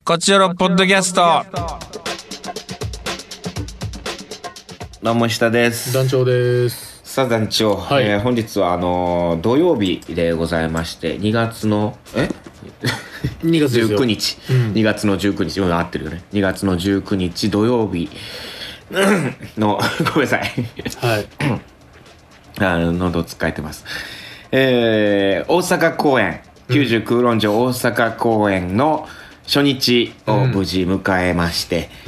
こちらのポッドキャスト。どうも石田です。 団長です。 さあ団長、 はい、 本日は土曜日でございまして、2月の 2月ですよ 19日、2月の19日、合ってるよね。2月の19日土曜日のごめんなさい。 はい。 喉つかえてます。大阪公演、90空論城大阪公演の初日を無事迎えまして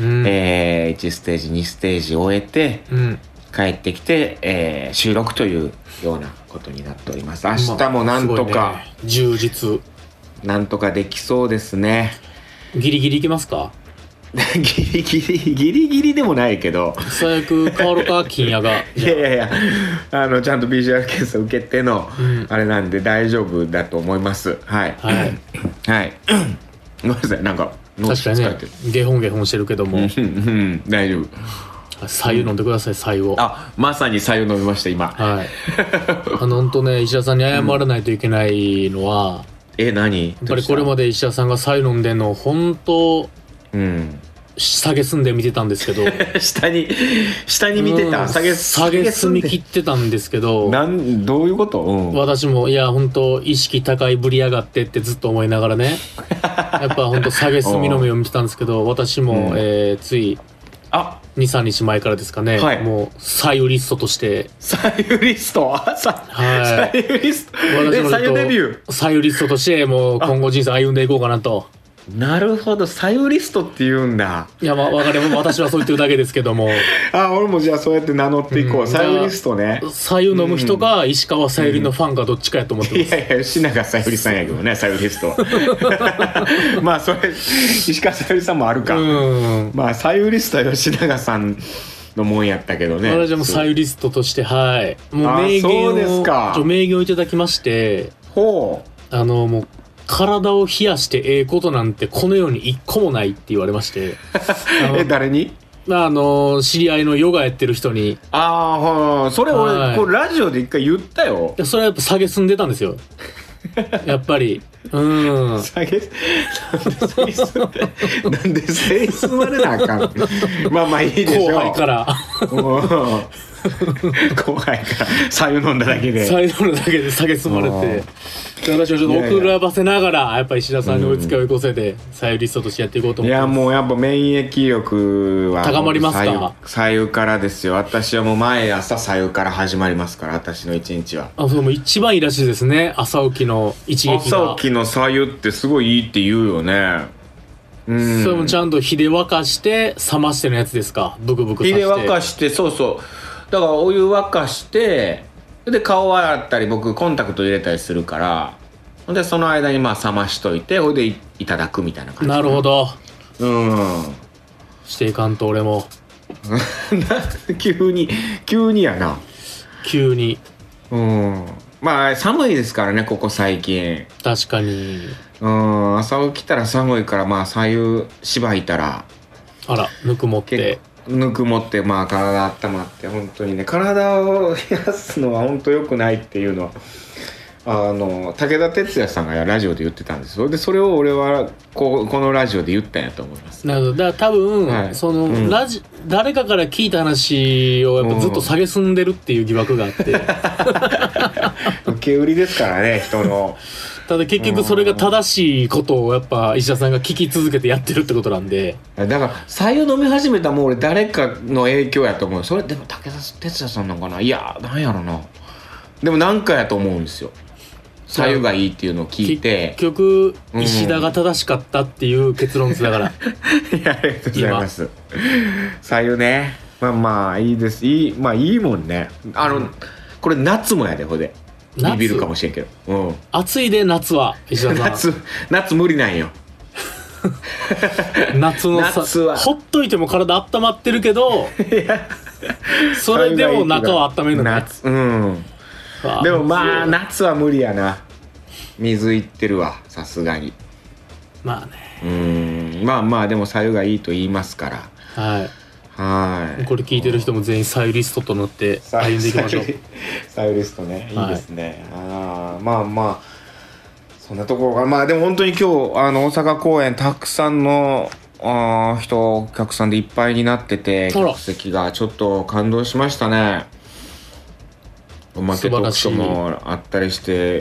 、1ステージ2ステージ終えて、帰ってきて、収録というようなことになっております。明日もなんとか、 ね、充実なんとかできそうですね。 ギリギリいけますか？ ギリギリでもないけど、 最悪変わるか金谷がいやちゃんと PCR 検査受けての、あれなんで大丈夫だと思います。はいはいごめんなさい、なんか確かにね、ゲホンしてるけども大丈夫。 白湯飲んでください、白湯を。 まさに白湯飲みました今。 はい本当ね、石田さんに謝らないといけないのは、 何？ やっぱりこれまで石田さんが白湯飲んでんの本当下げすんで見てたんですけど下に見てた、下げすみ切ってたんですけど、 どういうこと？ 私もいや本当意識高いぶりやがってってずっと思いながらねやっぱ本当下げすみの目を見てたんですけど、私も、つい2、3日前からですかね、もう左右リストとして左右リスト左右リスト左右デビュー左右リストとしてもう今後人生歩んでいこうかなと。 なるほど、左右リストって言うんだ。 いや分かれば私はそう言ってるだけですけども俺もじゃあそうやって名乗っていこう、左右リストね。 左右飲む人が石川さゆりのファンかどっちかやと思ってます。 いや吉永さゆりさんやけどね、左右リストはまあそれ石川さゆりさんもあるか。まあ左右リストは吉永さんのもんやったけどね。 私も左右リストとしてもう名言をいただきまして、 もう体を冷やしてことなんてこの世に一個もないって言われまして誰に？ 知り合いのヨガやってる人に。 それ俺、これラジオで一回言ったよ。 それはやっぱ下げすんでたんですよやっぱり下げなんでせいすまれなあかんまあいいでしょう。 後輩から白湯飲んだだけで下げすまれて、私はちょっと遅らばせながらやっぱ石田さんに追いつけ追い越せで左右リストとしてやっていこうと思ってます。 いやもうやっぱ免疫力は高まりますか？ 左右からですよ。私はもう毎朝左右から始まりますから、私の一日は。 そうもう一番いいらしいですね、朝起きの一撃が。 朝起きの左右ってすごいいいって言うよね。 それもちゃんと火で沸かして冷ましてのやつですか？ブクブクさせて火で沸かして、そうだからお湯沸かしてで顔洗ったり、僕コンタクト入れたりするから、でその間に冷ましといて、ほいでいただくみたいな感じ。 なるほど。していかんと俺も急にやな。 急にまあ寒いですからね、ここ最近。 確かに朝起きたら寒いから、左右しばいたらぬくもって体温まって、本当にね、体を冷やすのは本当良くないっていうのは武田鉄矢さんがラジオで言ってたんですよ。でそれを俺はこのラジオで言ったんやと思います。 なるほど。だから多分、誰かから聞いた話をやっぱずっと下げすんでるっていう疑惑があって受け売りですからね、人の。 ただ結局それが正しいことをやっぱ石田さんが聞き続けてやってるってことなんで。 だから白湯飲み始めたもう俺誰かの影響やと思う。それでも武田鉄矢さんなんかな。いやなんやろな、でもなんかやと思うんですよ。白湯がいいっていうのを聞いて、 結局石田が正しかったっていう結論ですだからいやありがとうございます。白湯ね、まあいいです。いいもんね。これ夏もやで、ほでビビるかもしれんけど、 暑いで夏は石田さん夏無理なんよ夏はほっといても体温まってるけどそれでも中は温めるのね。でも夏は無理やな。水いってるわ、さすがに。 まあでも白湯がいいと言いますから。 これ聞いてる人も全員白湯リストとなって歩んでいきましょう。 白湯リストね、いいですね。そそんなところがまあでも本当に今日大阪公演たくさんのお客さんでいっぱいになってて、客席がちょっと感動しましたね。おまけトークショーもあったりして、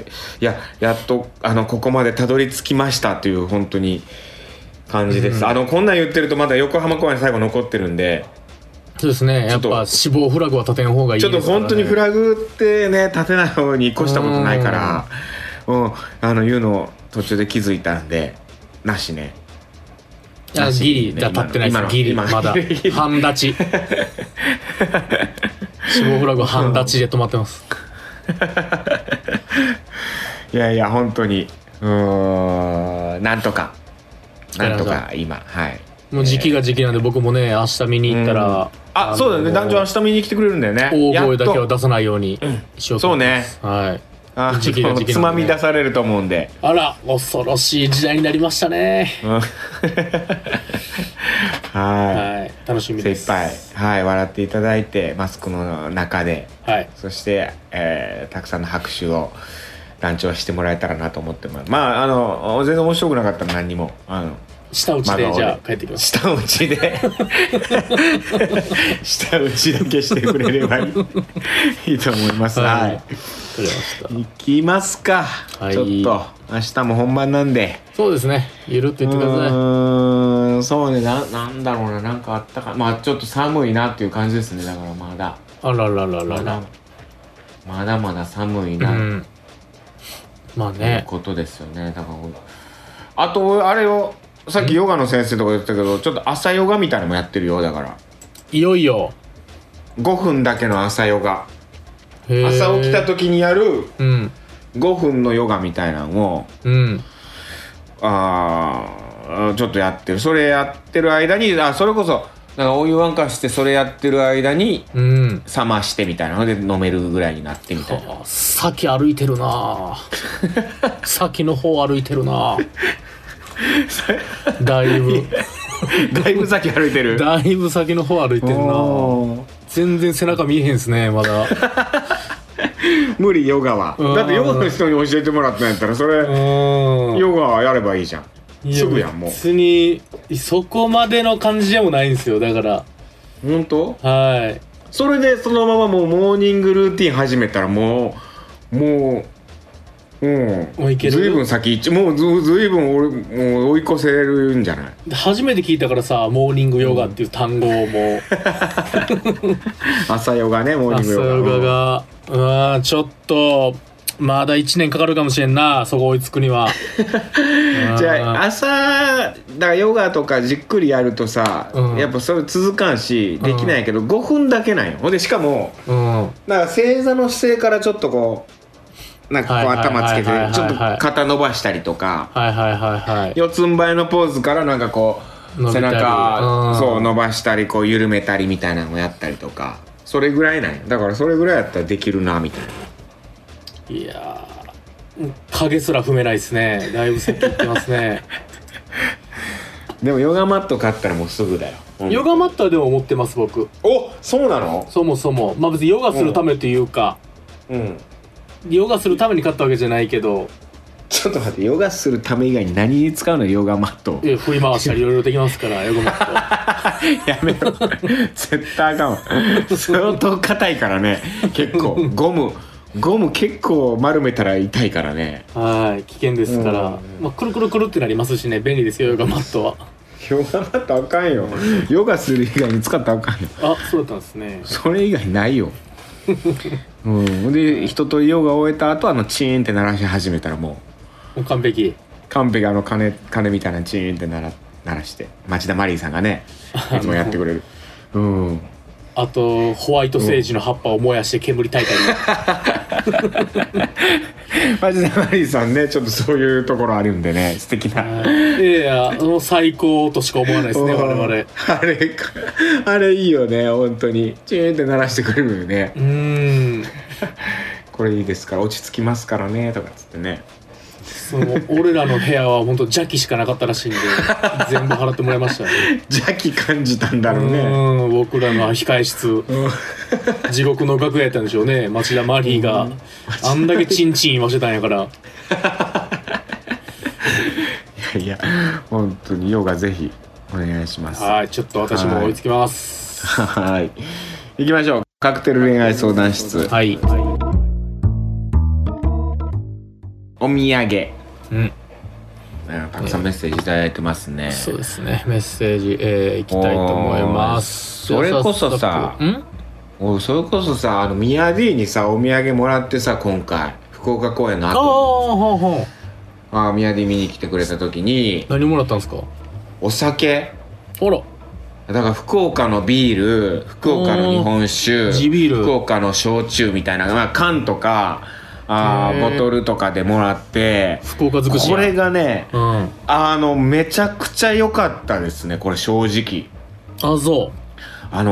やっとここまでたどり着きましたという本当に感じです、こんなん言ってるとまだ横浜公演最後残ってるんで、 そうですね、やっぱ死亡フラグは立てん方がいいですからね。 ちょっと本当にフラグってね立てない方に越したことないから、言うの途中で気づいたんでなしね。 ギリ立ってないです。ギリまだ半立ち死亡フラグは半立ちで止まってますいや本当になんとか今はいもう時期が時期なんで、僕もね明日見に行ったら、 そうだよね、団長明日見に来てくれるんだよね。 大声だけは出さないようにしようと思います。 そうね、 はい時期がつまみ出されると思うんで。 あら恐ろしい時代になりましたねはい、楽しみです。 精一杯笑っていただいて、マスクの中で、そして、たくさんの拍手を団長してもらえたらなと思ってます。まあ全然面白くなかったら何にも下打ちでじゃあ帰ってきます。 下打ちで下打ちだけしてくれればいいと思います。行きますか、ちょっと明日も本番なんで。 そうですね、ゆるっと言ってください。 そうね、なんだろうな、なんかあったか、まあちょっと寒いなっていう感じですね。だからまだあらららららまだ寒いな、 まあね、 ということですよね。だからあとあれをさっきヨガの先生とか言ってたけど、ちょっと朝ヨガみたいなのもやってるよ。だからいよいよ 5分だけの朝ヨガ、朝起きた時にやる5分のヨガみたいなのを、ちょっとやってる。それやってる間にそれこそなんかお湯沸かして、それやってる間に冷ましてみたいなので飲めるぐらいになってみたいな。 先歩いてるな先の方歩いてるなだいぶ先歩いてる。 だいぶ先の方歩いてるな。全然背中見えへんすねまだ無理、ヨガは。だってヨガの人に教えてもらったんやったら、それヨガやればいいじゃん。すぐやん。もう別にそこまでの感じでもないんですよ。だから本当？ はい。 それでそのままもうモーニングルーティン始めたらもういける。ずいぶん先もうずいぶんもう追い越せるんじゃない？ 初めて聞いたからさ、モーニングヨガっていう単語をもう朝ヨガね、モーニングヨガ。 朝ヨガがちょっとまだ1年かかるかもしれんな、そこ追いつくにはじゃあ朝だからヨガとかじっくりやるとさ、やっぱそれ続かんしできないけど、5分だけなんよ。ほんでしかも、だから正座の姿勢からちょっとこうなんかこう頭つけてちょっと肩伸ばしたりとか、四つん這いのポーズからなんかこう背中そう伸ばしたりこう緩めたりみたいなのをやったりとか、それぐらいなんや。だからそれぐらいやったらできるなみたいな。 いや影すら踏めないですね。だいぶ先行ってますねでもヨガマット買ったらもうすぐだよ。 ヨガマットはでも持ってます僕。 お、そうなの？ そもそもまあ別にヨガするためというか、ヨガするために買ったわけじゃないけど。 ちょっと待って、ヨガするため以外に何に使うの？ヨガマット。 振り回したりいろいろできますからヨガマットやめろ絶対あかんわ相当硬いからね。結構ゴム結構丸めたら痛いからね。 はい危険ですから、くるくるくるってなりますしね、便利ですよヨガマットは。 ヨガマットあかんよ。ヨガする以外に使ったらあかんよ。 あ、そうだったんですね。 それ以外ないよで一通りヨガを終えた後チーンって鳴らし始めたらもう完璧鐘みたいなチーンって鳴らして、町田マリーさんがねいつもやってくれるあとホワイトセージの葉っぱを燃やして煙焚いたり町田マリーさんね、ちょっとそういうところあるんでね、素敵な。 いや最高としか思わないですね我々。 あれいいよね、本当にチーンって鳴らしてくれるよね。これいいですから落ち着きますからねとかっつってね。 俺らの部屋は本当邪気しかなかったらしいんで全部払ってもらいましたね。 邪気感じたんだろうね。 僕らの控え室地獄の楽屋やったんでしょうね。町田マリーがあんだけチンチン言わせたんやからいや本当にヨガぜひお願いします。 はい、ちょっと私も追いつきます。 はい、行きましょう。カクテル恋愛相談室。 はい。 お土産。 うん。 たくさんメッセージいただいてますね。 そうですね。メッセージ、いきたいと思います。 それこそさ、それこそさ、ミヤ D にさお土産もらってさ、今回福岡公演の後にミヤ D 見に来てくれた時に何もらったんですか？ お酒。 あら。 だから福岡のビール、福岡の日本酒、 地ビール、 福岡の焼酎みたいな、まあ、缶とかボトルとかでもらって、 福岡尽くし。 これがね、めちゃくちゃ良かったですね、これ正直。 あ、そう。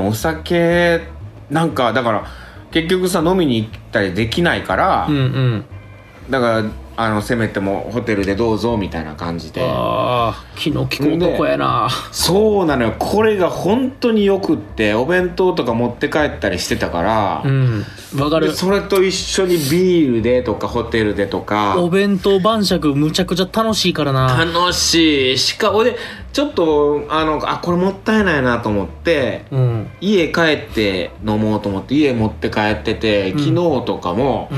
お酒なんかだから結局さ飲みに行ったりできないから、だからせめてもホテルでどうぞみたいな感じで。 気の利く男やな。 そうなのよ。これが本当によくって、お弁当とか持って帰ったりしてたから、 わかる。 それと一緒にビールでとかホテルでとか。 お弁当晩酌むちゃくちゃ楽しいからな。 楽しい。しかもでちょっとこれもったいないなと思って、家帰って飲もうと思って家持って帰ってて、昨日とかも、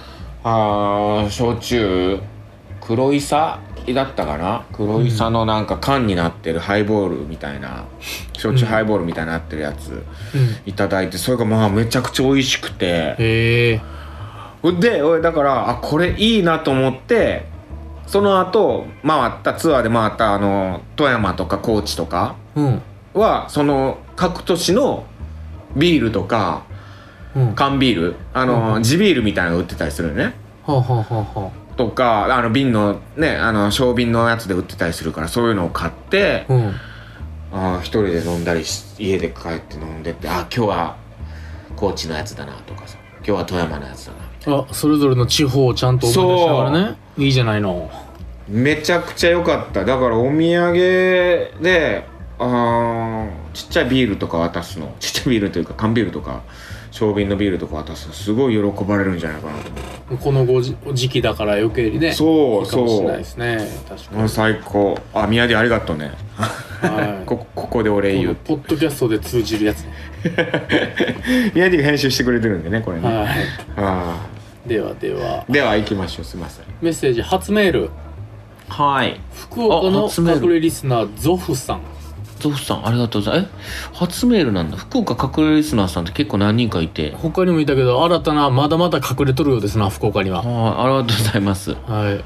焼酎黒いさだったかな、黒いさのなんか缶になってるハイボールみたいな、焼酎ハイボールみたいになってるやついただいて、それがまあめちゃくちゃ美味しくて、で俺だからこれいいなと思って、その後ツアーで回った富山とか高知とかは、その各都市のビールとか缶ビール、地ビールみたいなの売ってたりするよね。とか瓶のね小瓶のやつで売ってたりするから、そういうのを買って、一人で飲んだり家で帰って飲んでって、今日は高知のやつだなとかさ、今日は富山のやつだな。 それぞれの地方をちゃんと思い出しながらね。いいじゃないの。めちゃくちゃ良かった。だからお土産でちっちゃいビールとか渡すの、ちっちゃいビールというか缶ビールとか小瓶のビールとか渡すのすごい喜ばれるんじゃないかなと思う。 この時期だから余計にね。 そうそう、いいかもしれないですね。確かに最高。宮でありがとうね。ここでお礼言う。 ポッドキャストで通じるやつね。 宮でが編集してくれてるんでね、これね。 では行きましょう。すみません。 メッセージ初メール。 はい。 福岡の隠れリスナーゾフさん。 ゾフさんありがとうございます。初メールなんだ。福岡隠れリスナーさんって結構何人かいて、 他にもいたけど新たなまだまだ隠れとるようですな、福岡には。 ありがとうございます。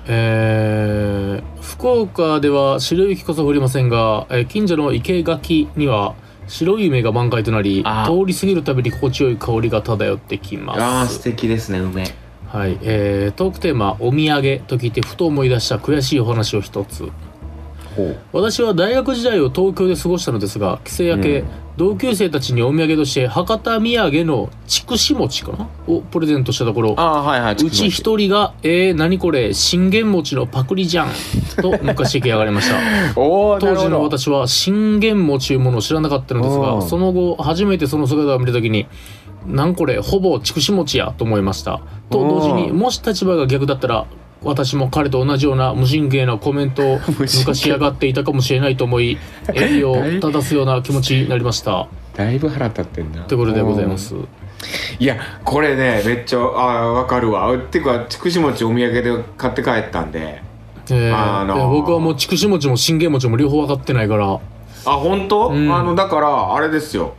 福岡では白雪こそ降りませんが、近所の生垣には白い梅が満開となり、通り過ぎるたびに心地よい香りが漂ってきます。 素敵ですね、梅。 はい、トークテーマお土産と聞いてふと思い出した悔しいお話を一つ。私は大学時代を東京で過ごしたのですが、帰省明け、同級生たちにお土産として博多土産の筑紫餅かなをプレゼントしたところ、うち一人が何これ信玄餅のパクリじゃんと抜かしてきやがりました。当時の私は信玄餅というものを知らなかったのですが、その後初めてその姿を見た時に、なんこれほぼ筑紫餅やと思いました。と同時に、もし立場が逆だったら私も彼と同じような無神経なコメントを抜かしやがっていたかもしれないと思い、襟を正すような気持ちになりました。 だいぶ腹立ってんな。 ということでございます。 いやこれねめっちゃわかるわ。っていうか筑紫餅お土産で買って帰ったんで、 僕はもう筑紫餅も信玄餅も両方分かってないから。 本当？だからあれですよ、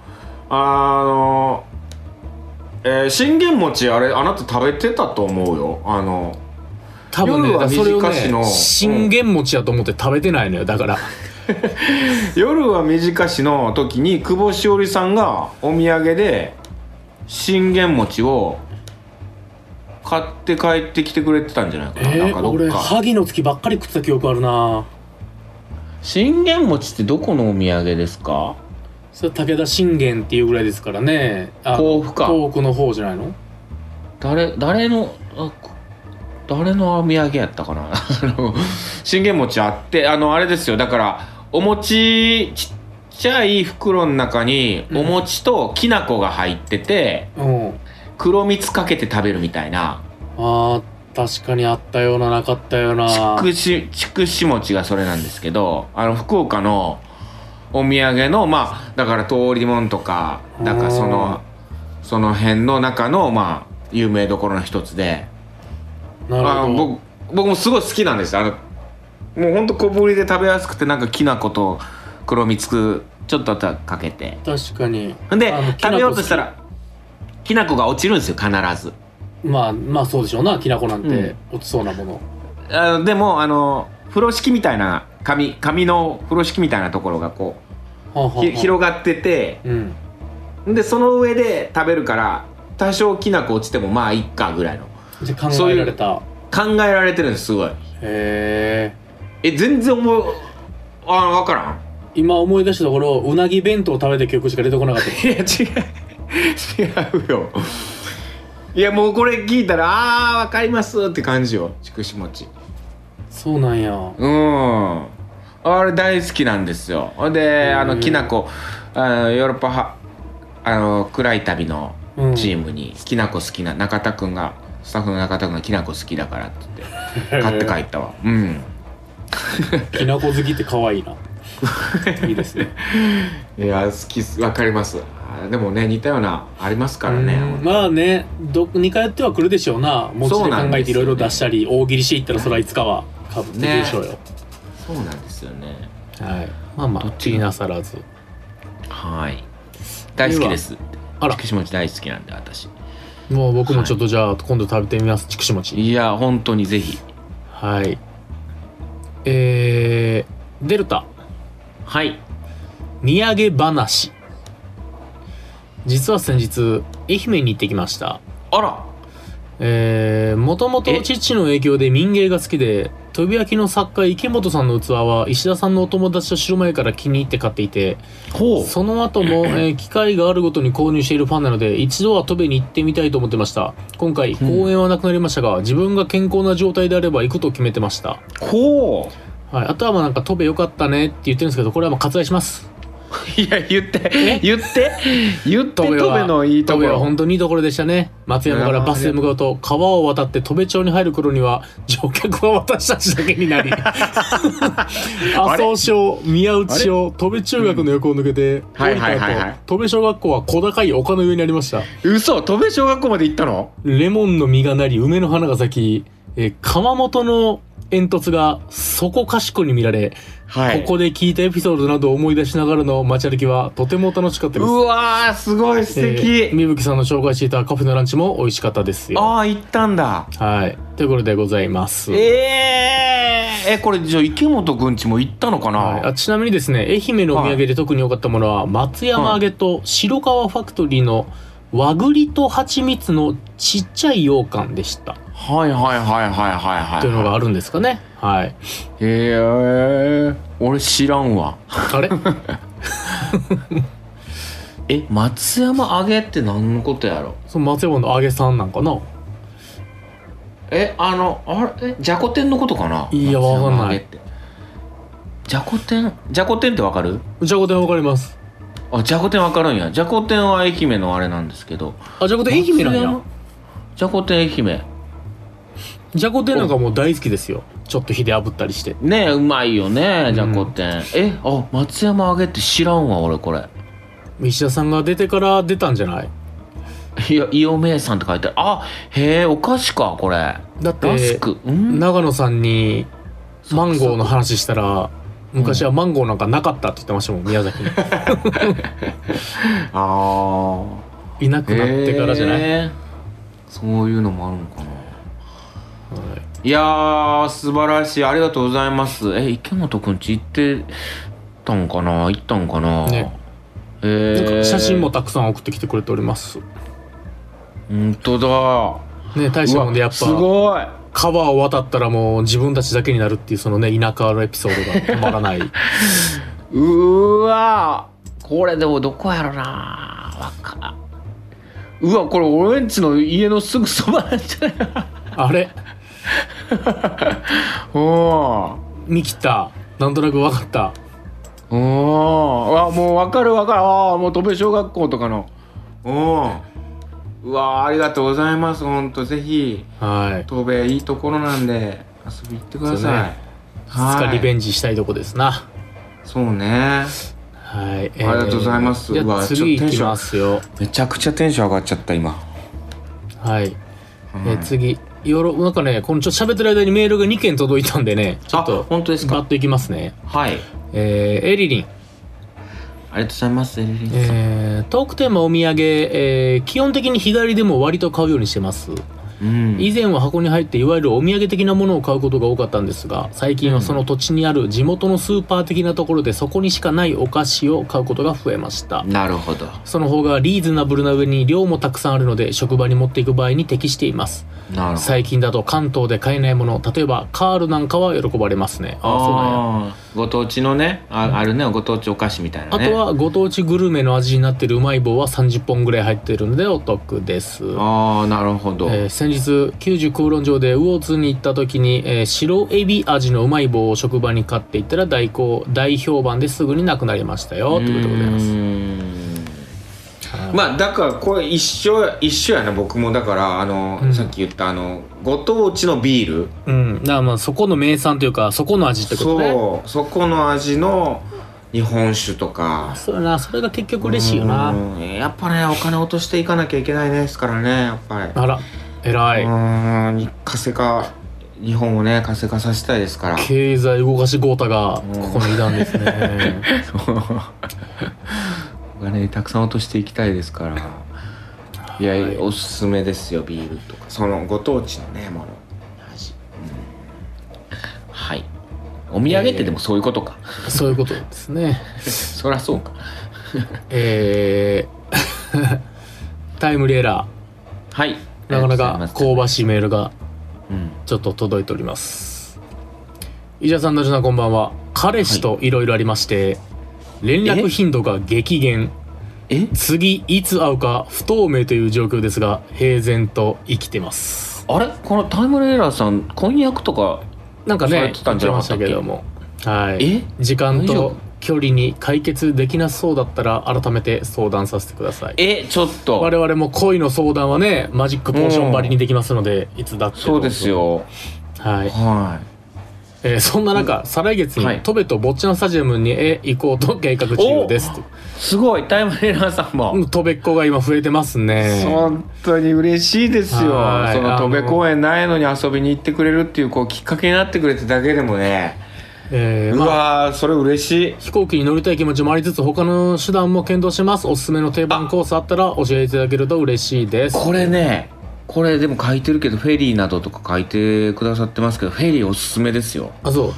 信玄餅あなた食べてたと思うよ。 多分ね、それをね信玄餅やと思って食べてないのよ。だから夜は短しの時に久保しおりさんがお土産で信玄餅を買って帰ってきてくれてたんじゃないかな。なんかどっか俺萩の月ばっかり食ってた記憶あるな。 信玄餅ってどこのお土産ですか？ それ武田信玄っていうぐらいですからね。 甲府か。 甲府の方じゃないの？ 誰のお土産やったかな。信玄餅あってあれですよ。だからお餅ちっちゃい袋の中にお餅ときな粉が入ってて、黒蜜かけて食べるみたいな。 確かにあったようななかったような。 筑紫餅がそれなんですけど、福岡のお土産のまあだから通りもんとかだからその辺の中のまあ有名どころの一つで、 なるほど。 僕もすごい好きなんですよ。もうほんと小ぶりで食べやすくて、なんかきな粉と黒蜜ちょっとかけて、 確かに。 で食べようとしたらきな粉が落ちるんですよ必ず。 まあそうでしょうな、きな粉なんて落ちそうなもの。でも風呂敷みたいな紙の風呂敷みたいなところがこう広がってて、でその上で食べるから多少きな粉落ちてもまあいっかぐらいの。 じゃ考えられた。 考えられてるんです、すごい。 へえ。全然分からん。 今思い出したところ、うなぎ弁当食べた記憶しか出てこなかった。 いや違うよ。いやもうこれ聞いたら分かりますって感じよ、筑紫餅。 そうなんや。 あれ大好きなんですよ。できな粉ヨーロッパ暗い旅のチームにきな粉好きな中田くんが、スタッフの中田くんがきな粉好きだからって言って買って帰ったわ。 きな粉好きって可愛いな。いいですね。 いや好き、分かります。でもね似たようなありますからね。 まあね、似通ってはくるでしょうな。餅で考えていろいろ出したり、大喜利していったらそれはいつかはかぶってくるでしょうよ。 そうなんですよね。 はい。まあ気になさらず。 はい。大好きです。筑紫餅大好きなんで私。 もう僕もちょっとじゃあ今度食べてみます、筑紫餅。 いや本当にぜひ。 はい。デルタ。 はい。 土産話。実は先日愛媛に行ってきました。 あら。 もともと父の影響で民芸が好きで、飛び焼きの作家池本さんの器は石田さんのお友達と白前から気に入って買っていて、その後も、機会があるごとに購入しているファンなので一度は戸部に行ってみたいと思ってました。今回公演はなくなりましたが、自分が健康な状態であれば行くと決めてました。はい、あとはなんか戸部良かったねって言ってるんですけど、これは割愛します。 いや言って戸部のいいところ。 戸部は本当にいいところでしたね。松山からバスで向かうと川を渡って戸部町に入る頃には乗客は私たちだけになり麻生小、宮内小、戸部中学の横を抜けて降りた後、戸部小学校は小高い丘の上にありました。 嘘、戸部小学校まで行ったの？ レモンの実がなり梅の花が咲き、窯元の煙突がそこかしこに見られ、ここで聞いたエピソードなどを思い出しながらの街歩きはとても楽しかったです。 うわーすごい素敵。 みぶきさんの紹介していたカフェのランチも美味しかったですよ。 ああ行ったんだ。 はい、ということでございます。 これじゃあ池本くんちも行ったのかな？ ちなみにですね、愛媛のお土産で特に良かったものは松山揚げと白川ファクトリーの和栗と蜂蜜のちっちゃい羊羹でした。 はいというのがあるんですかね。はい。 俺知らんわ。 あれ松山揚げって何のことやろ？ その松山の揚げさんなんかな？ じゃこ天のことかな？ いやわかんない。 じゃこ天ってわかる？ じゃこ天わかります。 じゃこ天わかるんや。じゃこ天は愛媛のあれなんですけど。 じゃこ天愛媛なんや。 じゃこ天愛媛。 じゃこ天なんかもう大好きですよ。ちょっと火で炙ったりしてね。うまいよねじゃこ天。松山揚げって知らんわ俺これ。 石田さんが出てから出たんじゃない？ いや伊予名産って書いてある。お菓子かこれ。 だって長野さんにマンゴーの話したら昔はマンゴーなんかなかったって言ってましたもん、宮崎に。いなくなってからじゃない？ そういうのもあるのかな。いやー素晴らしい、ありがとうございます。池本くんち行ってたんかな？行ったんかな、ね。 なんか写真もたくさん送ってきてくれております。 本当だね。大したもんでやっぱすごい。 川を渡ったらもう自分たちだけになるっていうそのね田舎のエピソードが止まらない。 うわこれでもどこやろな。これ俺んちの家のすぐそばなんじゃない？ あれ見切った。なんとなく分かった。 もう分かる。もう戸部小学校とかのうわー、ありがとうございます。ほんとぜひ、 はい、 東米いいところなんで遊び行ってください。 ね、いつかリベンジしたいとこですな。 そうね。 はい、 ありがとうございます。 じゃあ次行きますよ。 めちゃくちゃテンション上がっちゃった今。 はい、次なんかね、このちょっと喋ってる間にメールが2件届いたんでね、ちょっと本当ですか。 バッといきますね。 はい。 エリリン、 ありがとうございます。エリリンさん。 トークテーマお土産、基本的に日帰りでも割と買うようにしてます。 うん、 以前は箱に入っていわゆるお土産的なものを買うことが多かったんですが、最近はその土地にある地元のスーパー的なところでそこにしかないお菓子を買うことが増えました。 なるほど。 その方がリーズナブルな上に量もたくさんあるので職場に持っていく場合に適しています。 なるほど。 最近だと関東で買えないもの、例えばカールなんかは喜ばれますね。そうなんや。 ご当地のね、あるね、ご当地お菓子みたいなね。 あとはご当地グルメの味になっているうまい棒は30本ぐらい入っているのでお得です。 なるほど。 先日90空論城で魚津に行った時に、白エビ味のうまい棒を職場に買っていったら大評判ですぐになくなりましたよということでございます。 まあだからこれ一緒やな。僕もだからさっき言ったご当地のビール、 だからまあそこの名産というかそこの味ってことね。 そこの味の日本酒とか。 そうやな、それが結局嬉しいよな。 やっぱね、お金落としていかなきゃいけないですからね、やっぱり。 あら偉い。 日本をね活性化させたいですから。 経済動かし豪太がここにいたんですね。 お金たくさん落としていきたいですから。いや、おすすめですよ、ビールとかそのご当地のねもの味、はい。お土産ってでもそういうことか。 そういうことですね。 そりゃそうか。 タイムリーエラー、はい、 なかなか香ばしいメールがちょっと届いております。伊者さん、なじなこんばんは。彼氏といろいろありまして、連絡頻度が激減。次いつ会うか不透明という状況ですが平然と生きてます。 あれ、このタイムレーラーさん婚約とかなんかね言ってましたけども、はい、時間と距離に解決できなそうだったら改めて相談させてください。 ちょっと我々も恋の相談はねマジックポーションばりにできますので、いつだってそうですよ。 はい、そんな中、再来月に戸部とボッチャのスタジアムに行こうと計画中です。 すごい、タイムレーラーさんも戸部っ子が今増えてますね。 本当に嬉しいですよ。その戸部公園ないのに遊びに行ってくれるっていうきっかけになってくれてだけでもね、うわー、それ嬉しい。 飛行機に乗りたい気持ちもありつつ他の手段も検討します。おすすめの定番コースあったら教えていただけると嬉しいです。 これでも書いてるけどフェリーなどとか書いてくださってますけど、フェリーおすすめですよ。 そう、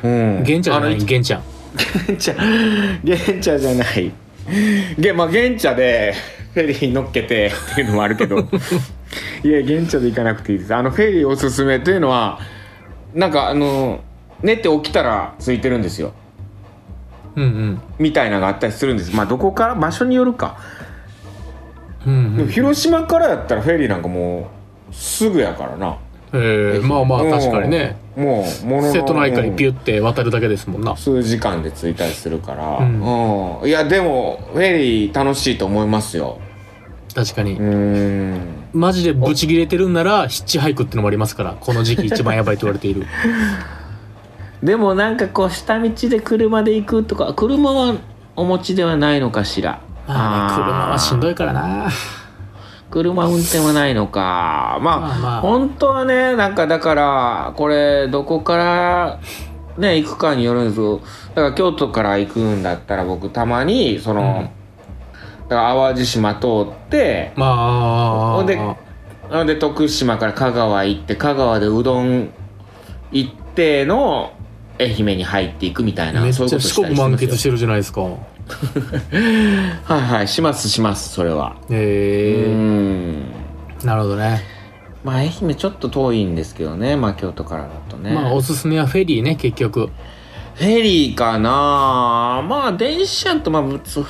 玄茶じゃない？玄茶じゃない玄茶でフェリーに乗っけてっていうのもあるけどいや、玄茶で行かなくていいです。フェリーおすすめというのはなんか寝て起きたらついてるんですよ、みたいなのがあったりするんです。まあどこから場所によるか、でも広島からやったらフェリーなんかもうすぐやからな。 まあまあ確かにね、 もう瀬戸内海ピュって渡るだけですもんな。 数時間で着いたりするから、いやでもフェリー楽しいと思いますよ。 確かに。マジでブチ切れてるんならヒッチハイクってのもありますから、この時期一番やばいと言われている。 でもなんか下道で車で行くとか、車はお持ちではないのかしら。 車はしんどいからな。 車運転はないのか。まあ本当はね、なんかだからこれどこからね行くかによるんですけど、だから京都から行くんだったら僕たまにだから淡路島通ってほんで徳島から香川行って、香川でうどん行っての愛媛に入っていくみたいな。 めっちゃ四国満喫してるじゃないですか。 はい、しますそれは。 なるほどね。 まあ愛媛ちょっと遠いんですけどね、まあ京都からだとね。 まあおすすめはフェリーね、結局。 フェリーかな。まあ電車と普通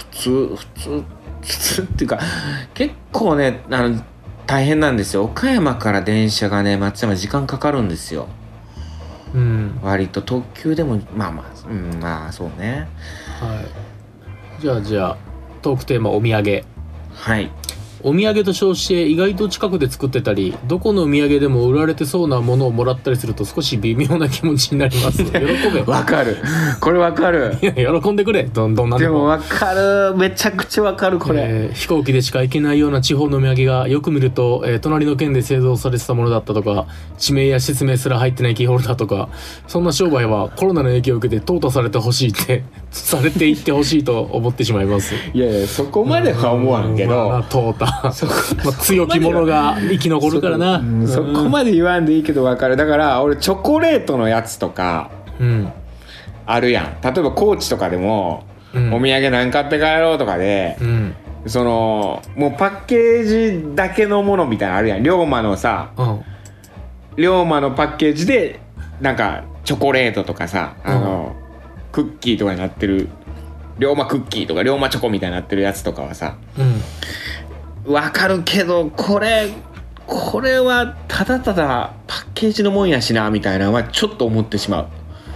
っていうか結構ね大変なんですよ。岡山から電車がね松山時間かかるんですよ。割と特急でもまあそうね。 はい。じゃあトークテーマお土産。 はい。 お土産と称して意外と近くで作ってたり、どこのお土産でも売られてそうなものをもらったりすると少し微妙な気持ちになります。喜べ。 わかる、これわかる。 いや喜んでくれ、どんなんでも。 でもわかる、めちゃくちゃわかるこれ、 飛行機でしか行けないような地方のお土産がよく見ると、隣の県で製造されてたものだったとか、地名や説明すら入ってないキーホルダーとか、そんな商売はコロナの影響を受けて淘汰されてほしいってされていってほしいと思ってしまいます。 いやいや、そこまでは思わんけど、 淘汰強き者が生き残るからな。 そこまで言わんでいいけど分かる。だから俺チョコレートのやつとかあるやん。例えば高知とかでも、お土産何買って帰ろうとかで、そのもうパッケージだけのものみたいなのあるやん。龍馬のさ、龍馬のパッケージでなんかチョコレートとかさ、クッキーとかになってる龍馬クッキーとか龍馬チョコみたいになってるやつとかはさ、わかるけど、これはただただパッケージのもんやしなみたいなのはちょっと思ってしまう。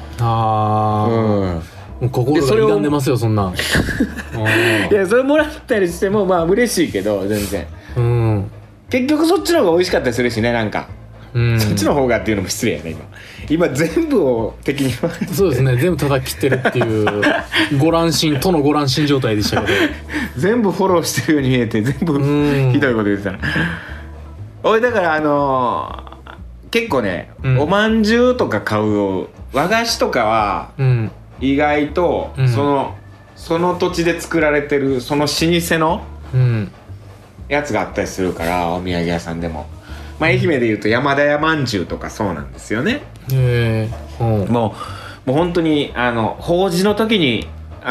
心が痛んでますよそんな。 いや、それもらったりしてもまあ嬉しいけど全然、結局そっちの方が美味しかったりするしね、なんか、そっちの方がっていうのも失礼やね今全部を敵にそうですね、全部叩き切ってるっていうご乱心とのご乱心状態でしたけど全部フォローしてるように見えて全部ひどいこと言ってたな。俺だから結構ね、おまんじゅうとか買う和菓子とかは、意外と、その土地で作られてるその老舗のやつがあったりするから、お土産屋さんでも、まあ、愛媛でいうと山田屋まんじゅうとかそうなんですよね。もう本当に法事の時に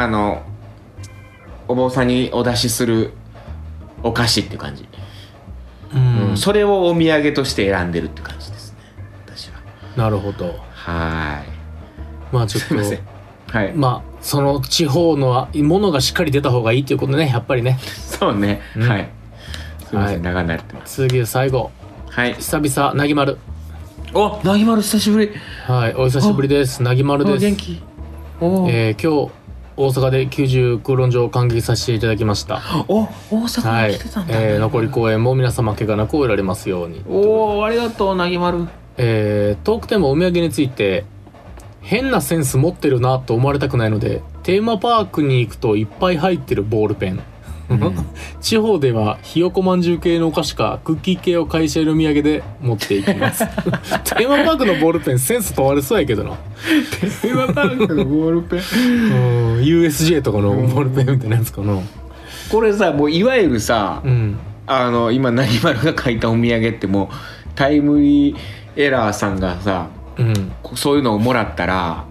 お坊さんにお出しするお菓子っていう感じ、それをお土産として選んでるって感じですね、私は。 なるほど。 はい。 まあちょっと、 はい、 まあその地方のものがしっかり出た方がいいということね、やっぱりね。 そうね、はい。すみません、長くなってます。 次最後、久々なぎまる。 お、なぎまる久しぶり。 はい、お久しぶりです。なぎまるです。 元気。 今日大阪で90空論城を感激させていただきました。 大阪に来てたんだ、 残り公演も皆様怪我なく終えられますように。 ありがとうなぎまる。 トークテーマお土産について、変なセンス持ってるなと思われたくないので、テーマパークに行くといっぱい入ってるボールペン、地方ではひよこまんじゅう系のお菓子かクッキー系を会社へのお土産で持っていきますテーマパークのボールペンセンス問われそうやけどな。 テーマパークのボールペン USJ とかのボールペンみたいなやつかな。 これさ、もういわゆるさ、今なぎまるが書いたお土産ってもうタイムリーエラーさんがさ、そういうのをもらったら、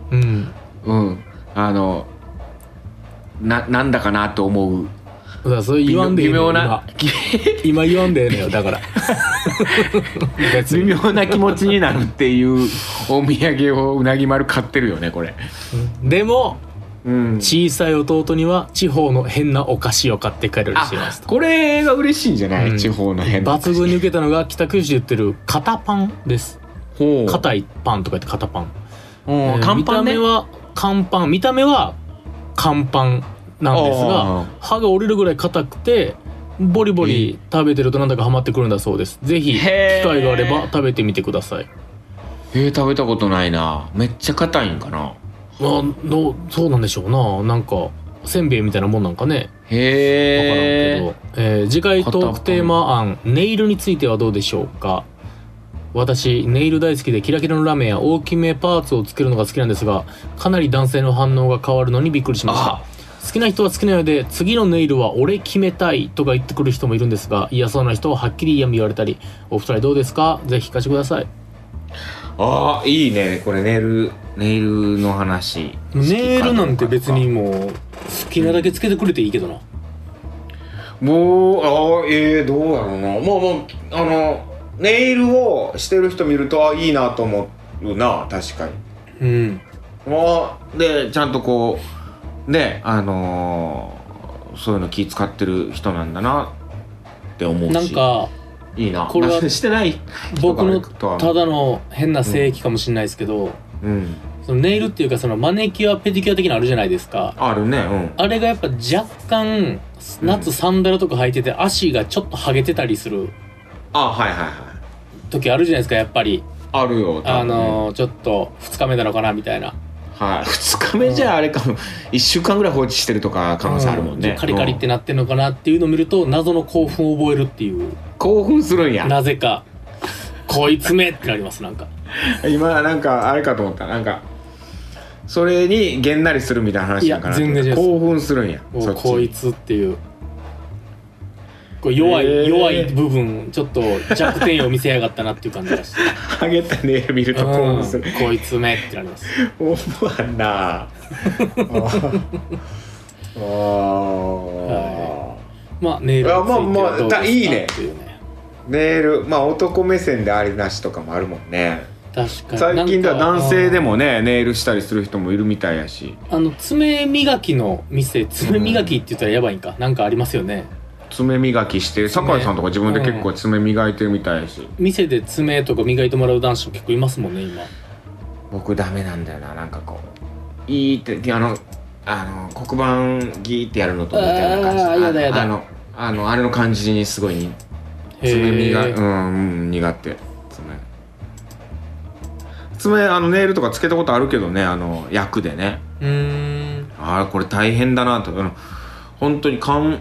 なんだかなと思う。 だからそれ言わんでいいのよ、今言わんでいいのよ、だから微妙な気持ちになるっていうお土産をうなぎ丸買ってるよね、これ。 でも、小さい弟には地方の変なお菓子を買って帰るようにしてます。 これが嬉しいんじゃない、地方の変な抜群に受けたのが北九州で売ってる肩パンです。硬いパンとか言って肩パン、 乾パンね。 見た目は乾パン、見た目は乾パンなんですが、歯が折れるぐらい硬くてボリボリ食べてるとなんだかハマってくるんだそうです。ぜひ機会があれば食べてみてください。 食べたことないな。めっちゃ硬いんかな。 そうなんでしょうな。なんかせんべいみたいなもんなんかね。 分からんけど、次回トークテーマ案、ネイルについてはどうでしょうか。私ネイル大好きでキラキラのラメや大きめパーツをつけるのが好きなんですが、かなり男性の反応が変わるのにびっくりしました。好きな人は好きなようで、次のネイルは俺決めたいとか言ってくる人もいるんですが、嫌そうな人ははっきり嫌味言われたり。お二人どうですか。ぜひ聞かせてください。 いいね、これネイルの話。 ネイルなんて別にもう好きなだけつけてくれていいけどな。 もうどうやろうな。もうネイルをしてる人見るといいなと思うな、確かに。 でちゃんとこうね、そういうの気使ってる人なんだなって思うし、 なんかいいな。 これはしてない僕のただの変な性癖かもしれないですけど、 そのネイルっていうかそのマネキュアペディキュア的なのあるじゃないですか。 あるね。うん。 あれがやっぱ若干夏サンダルとか履いてて足がちょっと剥げてたりするはいはいはい時あるじゃないですか。やっぱりあるよ。 ちょっと2日目なのかなみたいな。 はい、2日目じゃあれかも、1週間ぐらい放置してるとか可能性あるもんね。 カリカリってなってんのかなっていうのを見ると謎の興奮を覚えるっていう。 興奮するんや。 なぜかこいつめってなります。なんか今なんかあれかと思った。なんかそれにげんなりするみたいな話だから。 全然興奮するんや。 こいつっていうこれ弱い部分ちょっと弱点を見せやがったなっていう感じがしてハゲたネイル見ると興奮する。 こいつめってなります。 思わんなはい、まあネイルについてはどうですかいいね。 っていうね。 ネイル男目線でありなしとかもあるもんね。 確かに最近では男性でもねネイルしたりする人もいるみたいやし。 爪磨きの店、爪磨きって言ったらやばいんか、なんかありますよね。 爪磨きして酒井さんとか自分で結構爪磨いてるみたいやし、 店で爪とか磨いてもらう男子も結構いますもんね今。 僕ダメなんだよな。なんかこういいって黒板ギーってやるのとみたいな感じ。 やだやだ。 あれの感じにすごい爪苦手。爪ネイルとかつけたことあるけどね、薬でね。これ大変だなと。本当に缶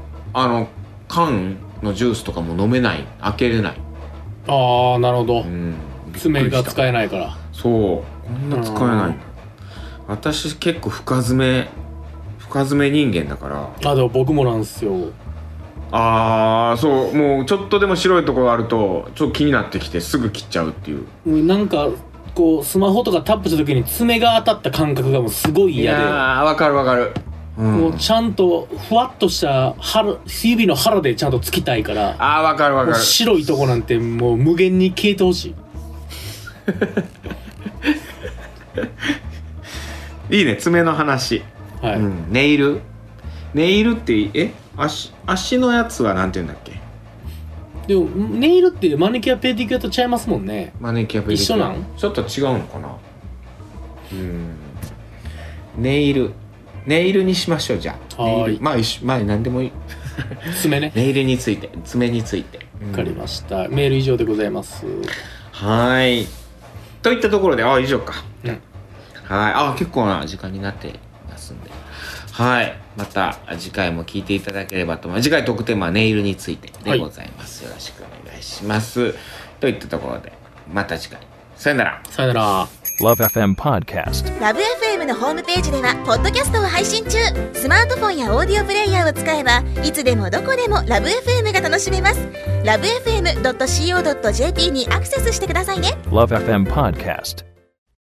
のジュースとかも飲めない、開けれない。 なるほど。爪が使えないから。 そう、こんな使えない。私結構深爪人間だから。 でも僕もなんですよ。 そう、もうちょっとでも白いところあるとちょっと気になってきてすぐ切っちゃうっていう。 なんかこうスマホとかタップした時に爪が当たった感覚がもうすごい嫌で。 わかるわかる。 もうちゃんとふわっとした指の腹でちゃんとつきたいから。 わかるわかる。 白いとこなんてもう無限に消えてほしいいね、爪の話。 はい。 ネイルって足のやつはなんて言うんだっけ。 でもネイルってマニキュアペディキュアとちゃいますもんね。 マニキュアペディキュア一緒なん？ ちょっと違うのかな。ネイルにしましょう。じゃあネイル、まあ何でもいい爪ね。 ネイルについて、爪について。 わかりました。メール以上でございます。 はい、といったところで以上か。はい、結構な時間になってますんで、はい、また次回も聞いていただければと思います。次回トークテーマはネイルについてでございます。よろしくお願いします。といったところでまた次回、さよなら。 さよなら。 LoveFM Podcast。 LoveFM のホームページではポッドキャストを配信中。スマートフォンやオーディオプレイヤーを使えばいつでもどこでも LoveFM が楽しめます。LoveFM.co.jp にアクセスしてくださいね。 LoveFM Podcast。